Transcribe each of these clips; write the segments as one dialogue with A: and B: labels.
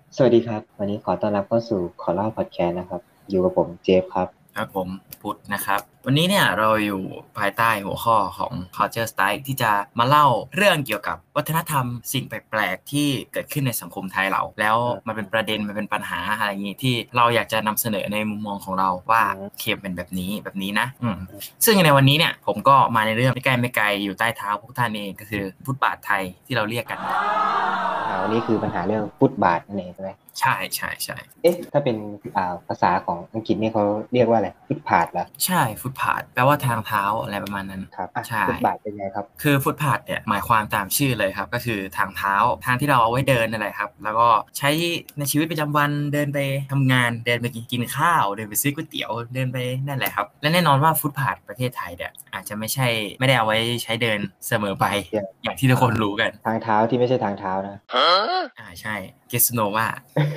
A: สวัสดีครับวันนี้ขอต้อนรับเข้าสู่ขอเล่าพอดแคสต์นะครับอยู่กับผมเจฟครับ
B: ครับผมพุทธนะครับวันนี้เนี่ยเราอยู่ภายใต้หัวข้อของ Culture Strike ที่จะมาเล่าเรื่องเกี่ยวกับวัฒนธรรมสิ่งแปลกๆที่เกิดขึ้นในสังคมไทยเราแล้วมันเป็นประเด็นมันเป็นปัญหาอะไรอย่างนี้ที่เราอยากจะนำเสนอในมุมมองของเราว่าเคมเป็นแบบนี้นะซึ่งในวันนี้เนี่ยผมก็มาในเรื่องไม่ใกล้ไม่ไกลอยู่ใต้เท้าพวกท่านเองก็คือฟุตบาทไทยที่เราเรียกกัน
A: วันนี้คือปัญหาเรื่องฟุตบาทนั่นเองใช่ไหม
B: ใช่ใช่ใช่
A: เอ๊ะถ้าเป็นภาษาของอังกฤษนี่เขาเรียกว่าอะไรฟุตพาทเหรอ
B: ใช่ฟุตพาทแปลว่าทางเท้าอะไรประมาณนั้น
A: ครับ
B: ใช่
A: ฟุตบาทเป็นไงครับ
B: คือฟุตพาธเนี่ยหมายความตามชื่อเลยครับก็คือทางเท้าทางที่เราเอาไว้เดินนั่นแหละครับแล้วก็ใช้ในชีวิตประจำวันเดินไปทำงานเดินไปกินข้าวเดินไปซื้อก๋วยเตี๋ยวเดินไปนั่นแหละครับและแน่นอนว่าฟุตพาธประเทศไทยเนี่ยอาจจะไม่ได้เอาไว้ใช้เดินเสมอไปอย่างที่ทุกคนรู้กัน
A: ทางเท้าที่ไม่ใช่ทางเท้านะ
B: ใช่เกสโนวา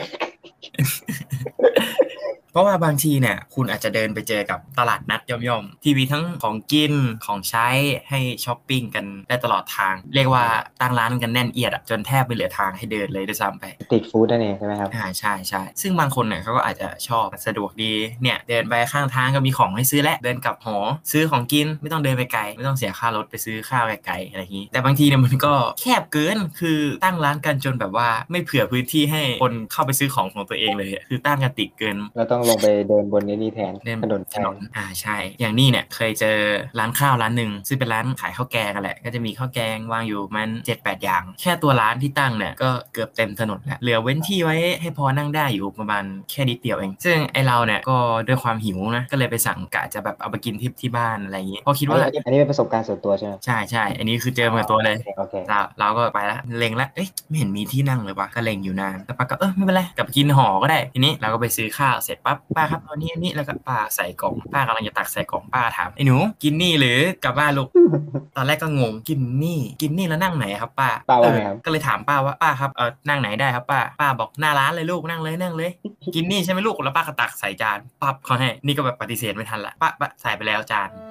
B: เพราะว่าบางทีเนี่ยคุณอาจจะเดินไปเจอกับตลาดนัดย่อมๆที่มีทั้งของกินของใช้ให้ช้อปปิ้งกันได้ตลอดทางเรียกว่าตั้งร้านกันแน่นเอียดอะจนแทบไม่เหลือทางให้เดินเลยด้วยซ้ำไป
A: สตรีทฟู้ดนั่นเองใช่ไหมครับ
B: ใช่ใช่ซึ่งบางคนเนี่ยเขาก็อาจจะชอบสะดวกดีเนี่ยเดินไปข้างทางก็มีของให้ซื้อและเดินกลับหอซื้อของกินไม่ต้องเดินไปไกลไม่ต้องเสียค่ารถไปซื้อข้าวไกลๆอะไรอย่างนี้แต่บางทีเนี่ยมันก็แคบเกินคือตั้งร้านกันจนแบบว่าไม่เผื่อพื้นที่ให้คนเข้าไปซื้อของตัวเองเลยคือตั้งกันติดเกิน
A: เราต้องลงไปเดินบนนี้แทน
B: เล่น
A: ถนนแทน
B: ถนนใช่อย่างนี้เนี่ยเคยเจอร้านข้าวร้านหนึ่งซึ่งเป็นร้านขายข้าวแกงกันแหละก็จะมีข้าวแกงวางอยู่มัน7-8อย่างแค่ตัวร้านที่ตั้งเนี่ยก็เกือบเต็มถนนแล้วเหลือเว้นที่ไว้ให้พอนั่งได้อยู่ประมาณแค่นิดเดียวเองซึ่งไอเราเนี่ยก็ด้วยความหิวนะก็เลยไปสั่งกะจะแบบเอาไปกินที่บ้านอะไรอย่างงี้เพราะคิดว่า
A: อันนี้เป็นประสบการณ์ส่วนตัวใช่ไหม
B: ใช่ใช่อันนี้คือเจอมากับตัวเลย
A: โอเค
B: เราก็ไปแล้วเล็งแล้วเอ๊ะไม่เห็นมีที่นั่งเลยวะก็เล็งอยู่นานแต่ป้าก็ไม่เป็นไรกลับไปกินหอก็ได้ทีนี้เราก็ไปซื้อข้าวเสร็จปั๊บป้าครับเอานี้แล้วก็ป้าใส่กล่องป้ากำลังจะตักใส่กล่องป้าถามไอ้หนูกินนี่หรือกลับบ้านลูกตอนแรกก็งงกินนี่แล้วนั่งไหนครับป้า
A: ป้าว่าไงครับ
B: ก็เลยถามป้าว่าป้าครับนั่งไหนได้ครับป้าบอกหน้าร้านเลยลูกนั่งเลยกินนี่ใช่ไหมลูกแล้วป้าก็ตักใส่จานปั๊บเขาให้นี่ก็แบบปฏิเสธไม่ทันละป้าใส่ไปแล้วจาน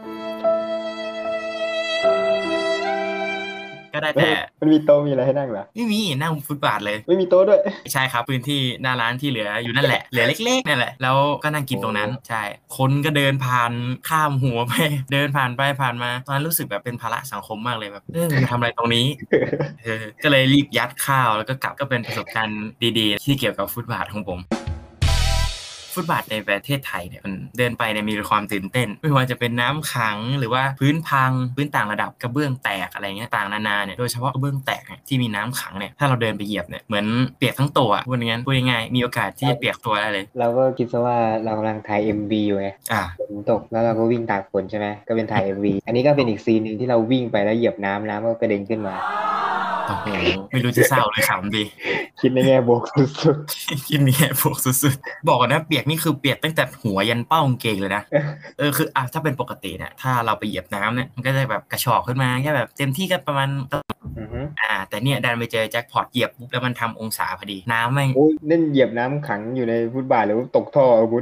B: ก็ได้แต่
A: มันมีโต๊ะมีอะไรให้นั่งเหรอ
B: ไม่มีนั่งฟุตบาทเลย
A: ไม่มีโต๊ะด้วย
B: ใช่ครับพื้นที่หน้าร้านที่เหลืออยู่นั่นแหละเหลือเล็กๆนั่นแหละแล้วก็นั่งกินตรงนั้นใช่คนก็เดินผ่านข้ามหัวไปเดินผ่านไปผ่านมาตอนนั้นรู้สึกแบบเป็นภาระสังคมมากเลยแบบมาทำอะไรตรงนี้ก็เลยรีบยัดข้าวแล้วก็กลับก็เป็นประสบการณ์ดีๆที่เกี่ยวกับฟุตบาทของผม ฟุตบาทในประเทศไทยเนี่ยมันเดินไปเนี่ยมีความตื่นเต้นไม่ว่าจะเป็นน้ำขังหรือว่าพื้นพังพื้นต่างระดับกระเบื้องแตกอะไรเงี้ยต่างนานาเนี่ยโดยเฉพาะกระเบื้องแตกเนี่ยที่มีน้ำขังเนี่ยถ้าเราเดินไปเหยียบเนี่ยเหมือนเปียกทั้งตัวพูดง่ายๆมีโอกาสที่จะเปียกตัวได้เลย
A: เราก็คิดซะว่าเรากำลังถ่ายMVอยู่ไง
B: อ่า
A: ฝนตกแล้วเราก็วิ่งตากฝนใช่ไหมก็เป็นถ่ายMVอันนี้ก็เป็นอีกซีนหนึ่งที่เราวิ่งไปแล้วเหยียบน้ำก็กระเด็นขึ้นมา
B: โอ้โหไม่รู้จะเศร้าหรือขำดี
A: คิดในแง่บวกสุด
B: กินเนี่ยพวกสุดๆบอกก่อนนะเปียกนี่คือเปียกตั้งแต่หัวยันเป้ากางเกงเลยนะคือถ้าเป็นปกติเนี่ยถ้าเราไปเหยียบน้ำเนี่ยมันก็จะแบบกระชอกขึ้นมาแค่แบบเต็มที่ก็ประมาณ
A: ๆอือฮึ
B: แต่เนี่ยดันไปเจอแจ็คพอตเหยียบปุ๊บแล้วมันทำองศาพอดีน้ำแม่ง
A: โอ้ยนั่นเหยียบน้ำขังอยู่ในฟุตบาทหรือว่าตกท่ออาวุธ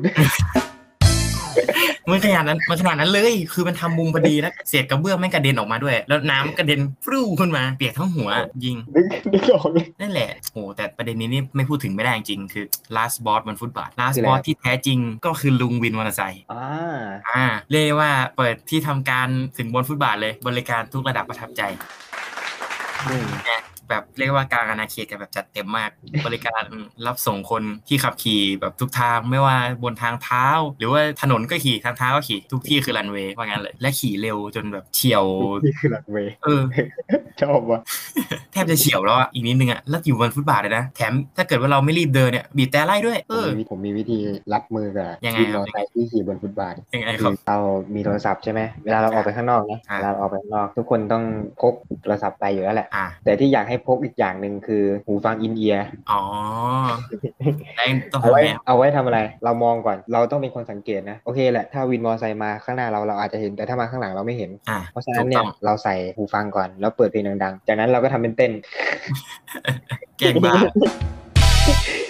B: มันขนาดนั้นเลยคือมันทำมุมพอดีแล้วเศษกระเบื้องแม่งกระเด็นออกมาด้วยแล้วน้ำกระเด็นฟรูขึ้นมาเปียกทั้งหัวยิง
A: นึกออกเลย
B: นั่นแหละโอ้แต่ประเด็นนี้นี่ไม่พูดถึงไม่ได้จริงคือ last boss บนฟุตบาท last
A: คืออะไรค
B: boss
A: รับ
B: ที่แท้จริงก็คือลุงวินมอเตอร์ไซค์
A: อ่า
B: เรียกว่าเปิดที่ทำการถึงบนฟุตบาทเลยบริการทุกระดับประทับใจ
A: อืม
B: เนี่ยแบบเรียกว่ากลางอาณาเขตกันแบบจัดเต็มมากบริการรับส่งคนที่ขับขี่แบบทุกทางไม่ว่าบนทางเท้าหรือว่าถนนก็ขี่ทางเท้าก็ขี่ทุกที่คือรันเวย์ว่างั้นเลยและขี่เร็วจนแบบเฉียว
A: นี่คือหลักเวย์
B: เออ
A: ชอบว่ะ
B: แทบจะเฉียวแล้วอ่ะอีกนิดนึงอ่ะแล้วอยู่บนฟุตบาทเลยนะแถมถ้าเกิดว่าเราไม่รีบเดินเนี่ยบีบแต่ไล่ด้วย
A: ผมมีวิธีรับมือกับ
B: ยังไง
A: วิน
B: ครับ
A: มอเตอร์ไซค์ที่ขี่บนฟุตบาท
B: ยังไงครับ
A: คือเรามีโทรศัพท์ใช่ไหมเวลาเราออกไปข้างนอกนะ
B: อ่า
A: เวลาเราออกไปข้างนอกทุกคนต้องพกโทรศัพท์ไปอยู่แล้วแหละ
B: อ่า
A: แต่ที่อยากให้พกอีกอย่างหนึ่งคือหูฟังอินเอียร์
B: อ๋อแล้วต้อง
A: เอาไว้
B: ทำไง
A: เอาไว้ทำอะไรเรามองก่อนเราต้องเป็นคนสังเกตนะโอเคแหละถ้าวินมอเตอร์ไซค์มาข้างหน้าเราอาจจะเห็นแต่ถ้ามาข้างหลังเราไม่เห็นเพราะฉะนั้นเนี่ย
B: ถูกต้อง
A: เราใส่หูฟังก่อนแล้วเปิดเพลงดังๆจากนั้นเราก็ทำเป็นเต้น
B: แกล้งบ้า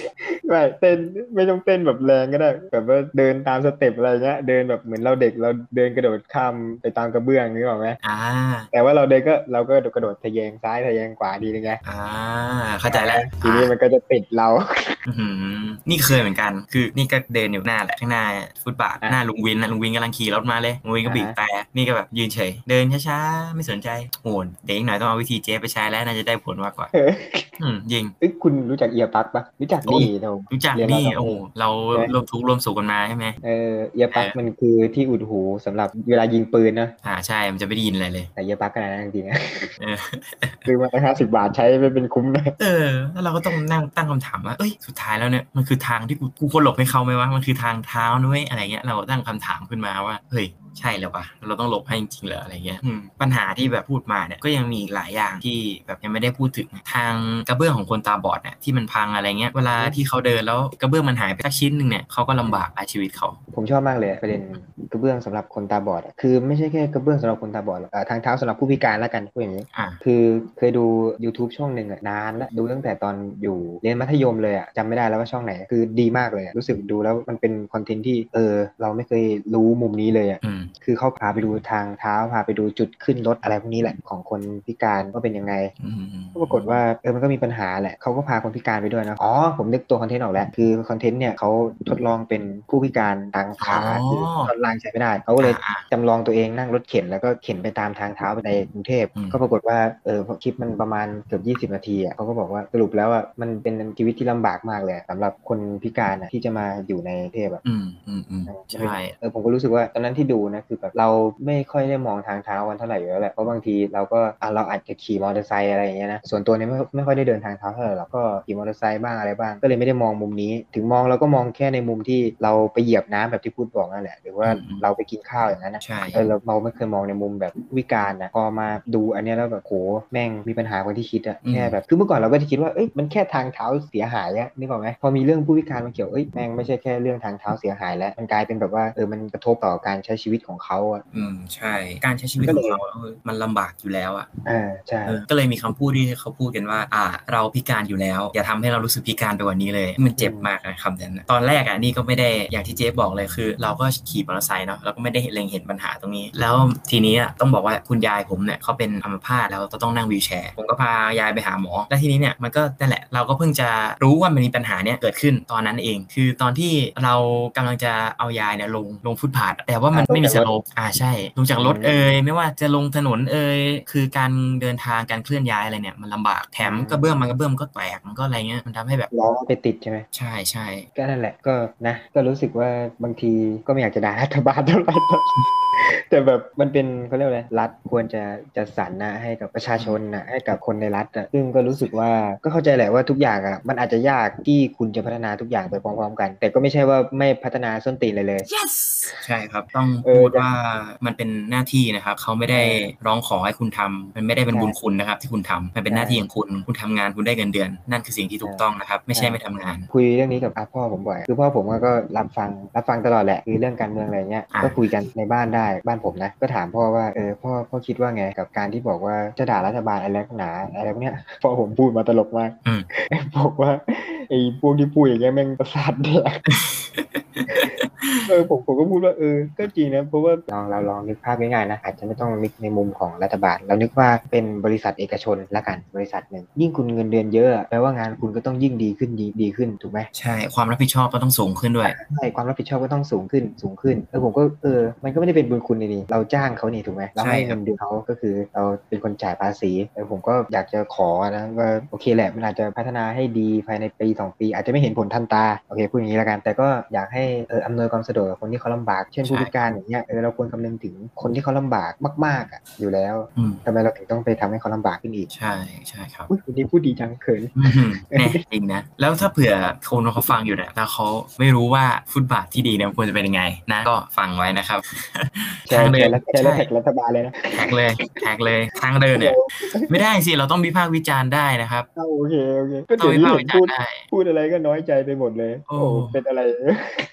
A: ไม่เต้นไม่ต้องเต้นแบบแรงก็ได้แบบว่าเดินตามสเต็ปอะไรเงี้ยเดินแบบเหมือนเราเด็กเราเดินกระโดดข้ามไปตามกระเบื้องนึกออกไหม
B: อ่า
A: แต่ว่าเราเดินก็เราก็กระโดดทะแยงซ้ายทะแยงขวาดีนึงไง
B: อ่าเข้าใจแล้ว
A: ทีนี้มันก็จะติดเรา
B: อื้อหือนี่เคยเหมือนกันคือนี่ก็เดินอยู่หน้าแหละข้างหน้าฟุตบาทหน้าลุงวินนะลุงวินกำลังขี่รถมาเลยลุงวินก็บีบแต่นี่ก็แบบยืนเฉยเดินช้าๆไม่สนใจโหนเด็กหน่อยต้องเอาวิธีเจ๊ไปใช้แล้วน่าจะได้ผลมากกว่ายิง
A: เอ้ยคุณรู้จักเอียปักปะรู้จัก
B: โอ้ย
A: นี่เรา
B: รู้จัก
A: เรียน
B: นี่โอ้โห
A: เราสองคน
B: เรา
A: ใช่ไหม
B: ร่วมทุกข์ร่วมสุขกันมาใช่ไหม
A: เอียปักมันคือที่อุดหูสำหรับเวลายิงปืนนะ
B: ใช่มันจะไม่ได้ยินอะไรเลย
A: แต่เอียปักก็นะจริงๆนะ
B: เออ
A: ซื้อมาตั้ง50 บาทใช้ไม่เป็นคุ้มเลย
B: แล้วเราก็ต้องนั่งตั้งคำถามว่าเอ้ยสุดท้ายแล้วเนี่ยมันคือทางที่กูควรหลบให้เขาไหมวะมันคือทางเท้านุ้ยอะไรเงี้ยเราตั้งคำถามขึ้นมาว่าเฮ้ยใช่แล้วปะเราต้องหลบให้จริงๆเหรออะไรเงี้ยปัญหาที่แบบพูดมาเนี่ยก็ยังมีอีกหลายอย่างที่แบบยังไม่ได้พูดถึงทางกระเบื้องของคนตาบอดเนี่ยที่มันพังอะไรเงี้ยเวลาที่เขาเดินแล้วกระเบื้องมันหายไปสักชิ้นหนึ่งเนี่ยเขาก็ลำบากชีวิตเขา
A: ผมชอบมากเลยประเด็นกระเบื้องสำหรับคนตาบอดอะคือไม่ใช่แค่กระเบื้องสำหรับคนตาบอดหรอกทางเท้าสำหรับผู้พิการแล้วกันพูดอย่างนี้คือเคยดู YouTube ช่องหนึ่งอะนานแล้วดูตั้งแต่ตอนอยู่เรียนมัธยมเลยอะจำไม่ได้แล้วว่าช่องไหนคือดีมากเลยอะรู้สึกดูแล้วมันเป็นคอนเทนต์ที่เราไม่เคยรู้มุมนี้เลยอะคือเขาพาไปดูทางเท้าพาไปดูจุดขึ้นรถอะไรพวกนี้แหละของคนพิการว่าเป็นยังไงก็ปรากฏว่ามันก็มีปัญหาแหละเขาก็พาคนพิการไปด้วยนะอ๋อผมนึกตัวคอนเทนต์ออกแล้วคือคอนเทนต์เนี่ยเขาทดลองเป็นผู้พิการทางขาคือตอนล่างใช้ไม่ได้เขาก็เลยจำลองตัวเองนั่งรถเข็นแล้วก็เข็นไปตามทางเท้าไปในกรุงเทพก็ปรากฏว่าคลิปมันประมาณเกือบ20 นาทีอ่ะเขาก็บอกว่าสรุปแล้วอ่ะมันเป็นชีวิตที่ลำบากมากเลยสำหรับคนพิการอ่ะที่จะมาอยู่ในกรุงเทพอ่ะ
B: ใช่
A: ผมก็รู้สึกว่าตอนนั้นที่ดูนะคือแบบเราไม่ค่อยได้มองทางเท้ากันเท่าไหร่อยู่แล้วแหละเพราะบางทีเราก็เราอาจจะขี่มอเตอร์ไซค์อะไรอย่างเงี้ยนะส่วนตัวเนี่ยไม่ค่อยได้เดินทางเท้าเท่าไหร่หรอกก็ขี่มอเตอร์ไซค์บ้างอะไรบ้างก็เลยไม่ได้มองมุมนี้ถึงมองเราก็มองแค่ในมุมที่เราไปเหยียบน้ำแบบที่พูดบอกนั่นแหละหรือว่าเราไปกินข้าวอย่างนั้นนะเราไม่เคยมองในมุมแบบวิการนะพอมาดูอันนี้แล้วแบบโหแม่งมีปัญหากว่าที่คิดอะแค่แบบคือเมื่อก่อนเราก็จะคิดว่าเอ้ยมันแค่ทางเท้าเสียหายอะนึกออกไหมพอมีเรื่องผู้พิการมาเกี่ยวแม่งไม่ใช่แค่เรื่องทางเท้าเสียหายแล้วมันกลายเป็นแบบว่ามันกระทบต่อการใช้ชีวิตของเขาอะ
B: ใช่การใช้ชีวิตของเขามันลำบากอยู่แล้วอะ
A: ใช่
B: ก็เลยมีคำพูดที่เขาพูดกันว่าเราพิการอยู่แล้วอย่าทำให้เรารู้สึกพิการไปกว่านี้เลยมันเจ็บมากนะคำนั้นตอนแรกนี่ก็ไม่ได้อย่างที่เจ๊บอกเลยคือเราก็ขี่มอเตอร์ไซค์เนาะเราก็ไม่ได้เล็งเห็นปัญหาตรงนี้แล้วทีนี้ต้องบอกว่าคุณยายผมเนี่ยเขาเป็นอัมพาตแล้วต้องนั่งวีลแชร์ผมก็พายายไปหาหมอและทีนี้เนี่ยมันก็นั่นแหละเราก็เพิ่งจะรู้ว่ามันมีปัญหาเนี่ยเกิดขึ้นตอนนั้นเองคือตอนที่เรากำลังจะเอายายเนี่ยลงฟุตพาทแต่ว่ามันไม่มีสโลปใช่ลงจากรถไม่ว่าจะลงถนนคือการเดินทางการเคลื่อนย้ายอะไรเนี่ยมันลำบากแถมกระเบื้องมันก็แตกมันก็อะไรเงี้ยมันทำให้แบบ
A: ล้อไปติดใช่ไหม
B: ใช่ใช่
A: ก็นั่นแหละก็นะก็รู้สึกว่าบางทีก็ไม่อยากจะด่ารัฐบาลเท่าไหร่แต่แบบมันเป็นเขาเรียกอะไรรัฐควรจะจัดสรรนะให้กับประชาชนนะให้กับคนในรัฐซึ่งก็รู้สึกว่าก็เข้าใจแหละว่าทุกอย่างมันอาจจะยากที่คุณจะพัฒนาทุกอย่างไปพร้อมๆกันแต่ก็ไม่ใช่ว่าไม่พัฒนาส้นตีนเลย
B: yes ใช่ครับต้องพูดว่ามันเป็นหน้าที่นะครับเขาไม่ได้ร้องขอให้คุณทำมันไม่ได้เป็นบุญคุณนะครับที่คุณทำมันเป็นหน้าที่ของคุณทำงานคุณได้เงินเดือนนั่นคือสิ่งที่ถูกต้องนะครับไม่ใช่ไม่ทำงาน
A: คุยเรื่องนี้กับพ่อผมบ่อยคือพ่อผมก็รับฟังตลอดแหละคือเรื่องการเมืองอะไรเงี้ยก็คุยกันในบ้านได้บ้านผมนะก็ถามพ่อว่าพ่อคิดว่าไงกับการที่บอกว่าจะด่ารัฐบาลอะไรนักหนาอะไรพวกเนี้ยพ่อผมพูดมาตลกมากบอกว่าไอ้พวกที่พูดอย่างเงี้ยแม่งประสาทแดกผมก็พูดว่าก็จริงนะเพราะว่าเราลองนึกภาพง่ายๆนะอาจจะไม่ต้องนึกในมุมของรัฐบาลเรานึกว่าเป็นบริษัทเอกชนละกันบริษัทหนึ่งยิ่งคุณเงินเดือนเยอะแปลว่างานคุณก็ต้องยิ่งดีขึ้นดีขึ้นถูกไหม
B: ใช่ความรับผิดชอบก็ต้องสูงขึ้นด้วย
A: ใช่ความรับผิดชอบก็ต้องสูงขึ้นผมก็มันก็ไม่ได้เป็นบุญคุณนี่เราจ้างเขานี่ถูกไหมเราให้เงินเดือนเขาก็คือเราเป็นคนจ่ายภาษีผมก็อยากจะขอนะว่าโอเคแหละมันอาจจะพัฒนาให้ดีภายในปี2 ปีอาจจะไม่เห็นผลทันตาโอเคพูดอย่างนี้ละกันแต่ก็อยากให้อำนวยความสะดวกกับคนที่เขาลำบากเช่นผู้พิการอย่างเงี้ยเราควรคำนึงถึงคนที่เขาลำบากมากๆอยู่แล้วทำไมเราถึงต้องไปทำให้เขาลำบากขึ้นอีก
B: ใช่ใช่ครับ
A: วันนี้พูดดีจังเขิน
B: เนี่ยจริงนะแล้วถ้าเผื่อคนเขาฟังอยู่เนี่ยแล้วเขาไม่รู้ว่าฟุตบาทที่ดีเนี่ยควรจะเป็นยังไงนะก็ฟังไว้นะครับ
A: ทางเดินใช่แล้วแท็กรัฐบาลเลยนะ
B: แท็กเลยทางเดินเนี่ยไม่ได้สิเราต้องวิพากษ์วิจารณ์ได้นะครับ
A: โอเคก็เดี๋ยวนี้เห็นพูดอะไรก็น้อยใจไปหมดเลยโอ้เป็นอะไร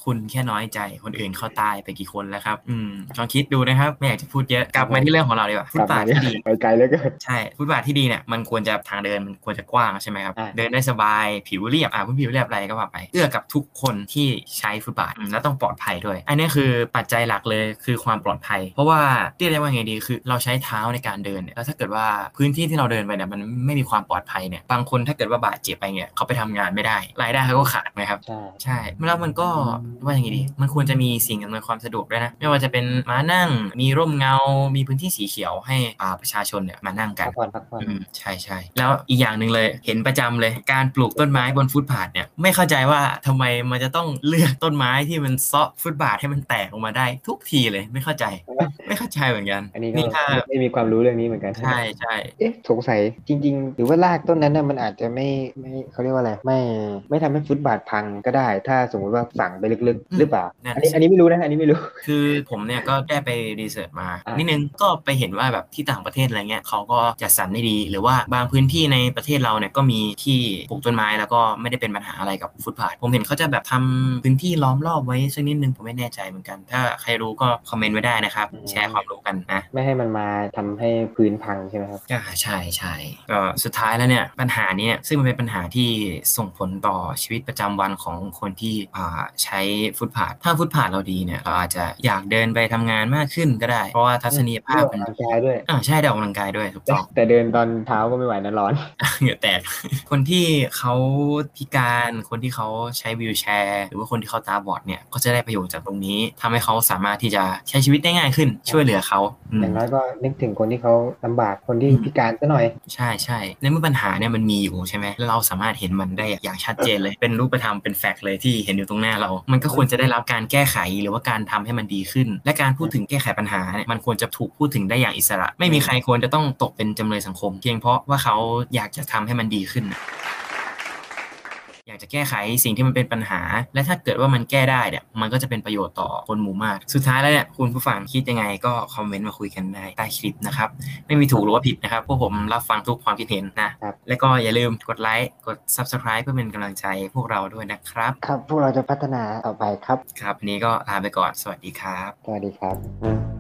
B: คุณแค่น้อยใจคนอื่นเขาตายไปกี่คนแล้วครับลองคิดดูนะครับไม่อยากจะพูดเยอะกลับมาที่เรื่องของเราดีกว่าฟุตบาทที่ดี
A: ไปไกลแล้วก็
B: ใช่ฟุตบาทที่ดีเนี่ยมันควรจะทางเดินมันควรจะกว้างใช่ไหมครับเดินได้สบายผิวเรียบพื้นผิวเรียบอะไรก็ว่าไปเอื้อกับทุกคนที่ใช้ฟุตบาทแล้วต้องปลอดภัยด้วยอันนี้คือปัจจัยหลักเลยคือความปลอดภัยเพราะว่าเรียกได้ว่าไงดีคือเราใช้เท้าในการเดินเนี่ยแล้วถ้าเกิดว่าพื้นที่ที่เราเดินไปเนี่ยมันไม่มีความปลอดภัยเนี่ยบางคนถ้าเกิดว่าบาดเจ็บไปเนี่ยเขาไปทำงานไม่ได้รายได้เขาก็ขาดไหมครับใช่แล้วมันก็ว่าอย่างไงดีมันควรจะมีสิ่งอำนวยความสะดวกด้วยนะไม่ว่าจะเป็นม้านั่งมีร่มเงามีพื้นที่สีเขียวให้ประชาชนเนี่ยมานั่งกัน
A: พักผ่อน
B: ใช่ใช่แล้วอีกอย่างหนึ่งเลยเห็นประจำเลยการปลูกต้นไม้บนฟุตบาทเนี่ยไม่เข้าใจว่าทำไมมันจะต้องเลือกต้นไม้ที่มันเซาะฟุตบาทให้มันแตกออกมาได้ทุกทีเลยไม่เข้าใจเหมือนกัน
A: อันนี้ก็ไม่มีความรู้เรื่องนี้เหมือนกัน
B: ใช่ใช่
A: สงสัยจริงๆหรือว่ารากต้นนั้นน่ะมันอาจจะไม่เขาเรียกว่าอะไรไม่ทำให้ฟุตบาทพังก็ได้ถ้าสมมติว่าฝังไปลึกๆหรือเปล่าอันนี้ไม่รู้นะอันนี้ไม่รู้
B: คือผมเนี่ยก็ได้ไปรีเสิร์ชมานิดนึงก็ไปเห็นว่าแบบที่ต่างประเทศอะไรเงี้ยเขาก็จัดสรรได้ดีหรือว่าบางพื้นที่ในประเทศเราเนี่ยก็มีที่ปลูกต้นไม้แล้วก็ไม่ได้เป็นปัญหาอะไรกับฟุตบาทผมเห็นเขาจะแบบทำพื้นที่ล้อมรอบไว้สักนิดนึงผมไม่แน่ใจเหมือนกันถ้าใครรู้ก็คอมเมนต์ไว้ได้นะครับแชร์ความรู้กันนะ
A: ไม่ให้มันมาทำให้พื้นพังใช่ไหมครับ
B: ใช่ใช่ก็สุดท้ายแล้วเนี่ยปัญหานี้ซึ่งมันเป็นปัญหาที่ส่งผลต่อชีวิตประจำวันของคนที่ใช้ฟุตบาทถ้าฟุตบาทเราดีเนี่ยเราอาจจะอยากเดินไปทำงานมากขึ้นก็ได้เพราะว่าทัศนียภาพมัน
A: ดีด้วย
B: ใช่ได้ออกกำลังกายด้วยถูกต้อง
A: แต่เดินตอนเช้าก็ไม่ไหวนะร้อน
B: เหงื่อแตกคนที่เขาพิการคนที่เขาใช้วีลแชร์หรือว่าคนที่เขาตาบอดเนี่ยก็จะได้ประโยชน์จากตรงนี้ทำให้เขาสามารถที่จะใช้ชีวิตได้ง่ายขึ้นช่วยเหลือเขา
A: อย่างน้อยก็นึกถึงคนที่เขาลำบากคนที่พิการซะหน่อย
B: ใช่ใช่ในเมื่อปัญหาเนี่ยมันมีอยู่ใช่ไหมแล้วเราสามารถเห็นมันได้อย่างชัดเจนเลยเป็นรูปธรรมเป็นแฟกต์เลยที่เห็นอยู่ตรงหน้าเรามันก็ควรจะได้รับการแก้ไขหรือว่าการทำให้มันดีขึ้นและการพูดถึงแก้ไขปัญหาเนี่ยมันควรจะถูกพูดถึงได้อย่างอิสระไม่มีใครควรจะต้องตกเป็นจำเลยสังคมเพียงเพราะว่าเขาอยากจะทำให้มันดีขึ้นอยากจะแก้ไขสิ่งที่มันเป็นปัญหาและถ้าเกิดว่ามันแก้ได้เนี่ยมันก็จะเป็นประโยชน์ต่อคนหมู่มากสุดท้ายแล้วเนี่ยคุณผู้ฟังคิดยังไงก็คอมเมนต์มาคุยกันได้ใต้คลิปนะครับไม่มีถูกหรือว่าผิดนะครับพวกผมรับฟังทุกความคิดเห็นนะและก็อย่าลืมกดไลค์กด Subscribe เพื่อเป็นกำลังใจพวกเราด้วยนะครับ
A: ครับพวกเราจะพัฒนาต่อไปครับ
B: ครับวันนี้ก็ลาไปก่อนสวัสดีครับ
A: สวัสดีครับ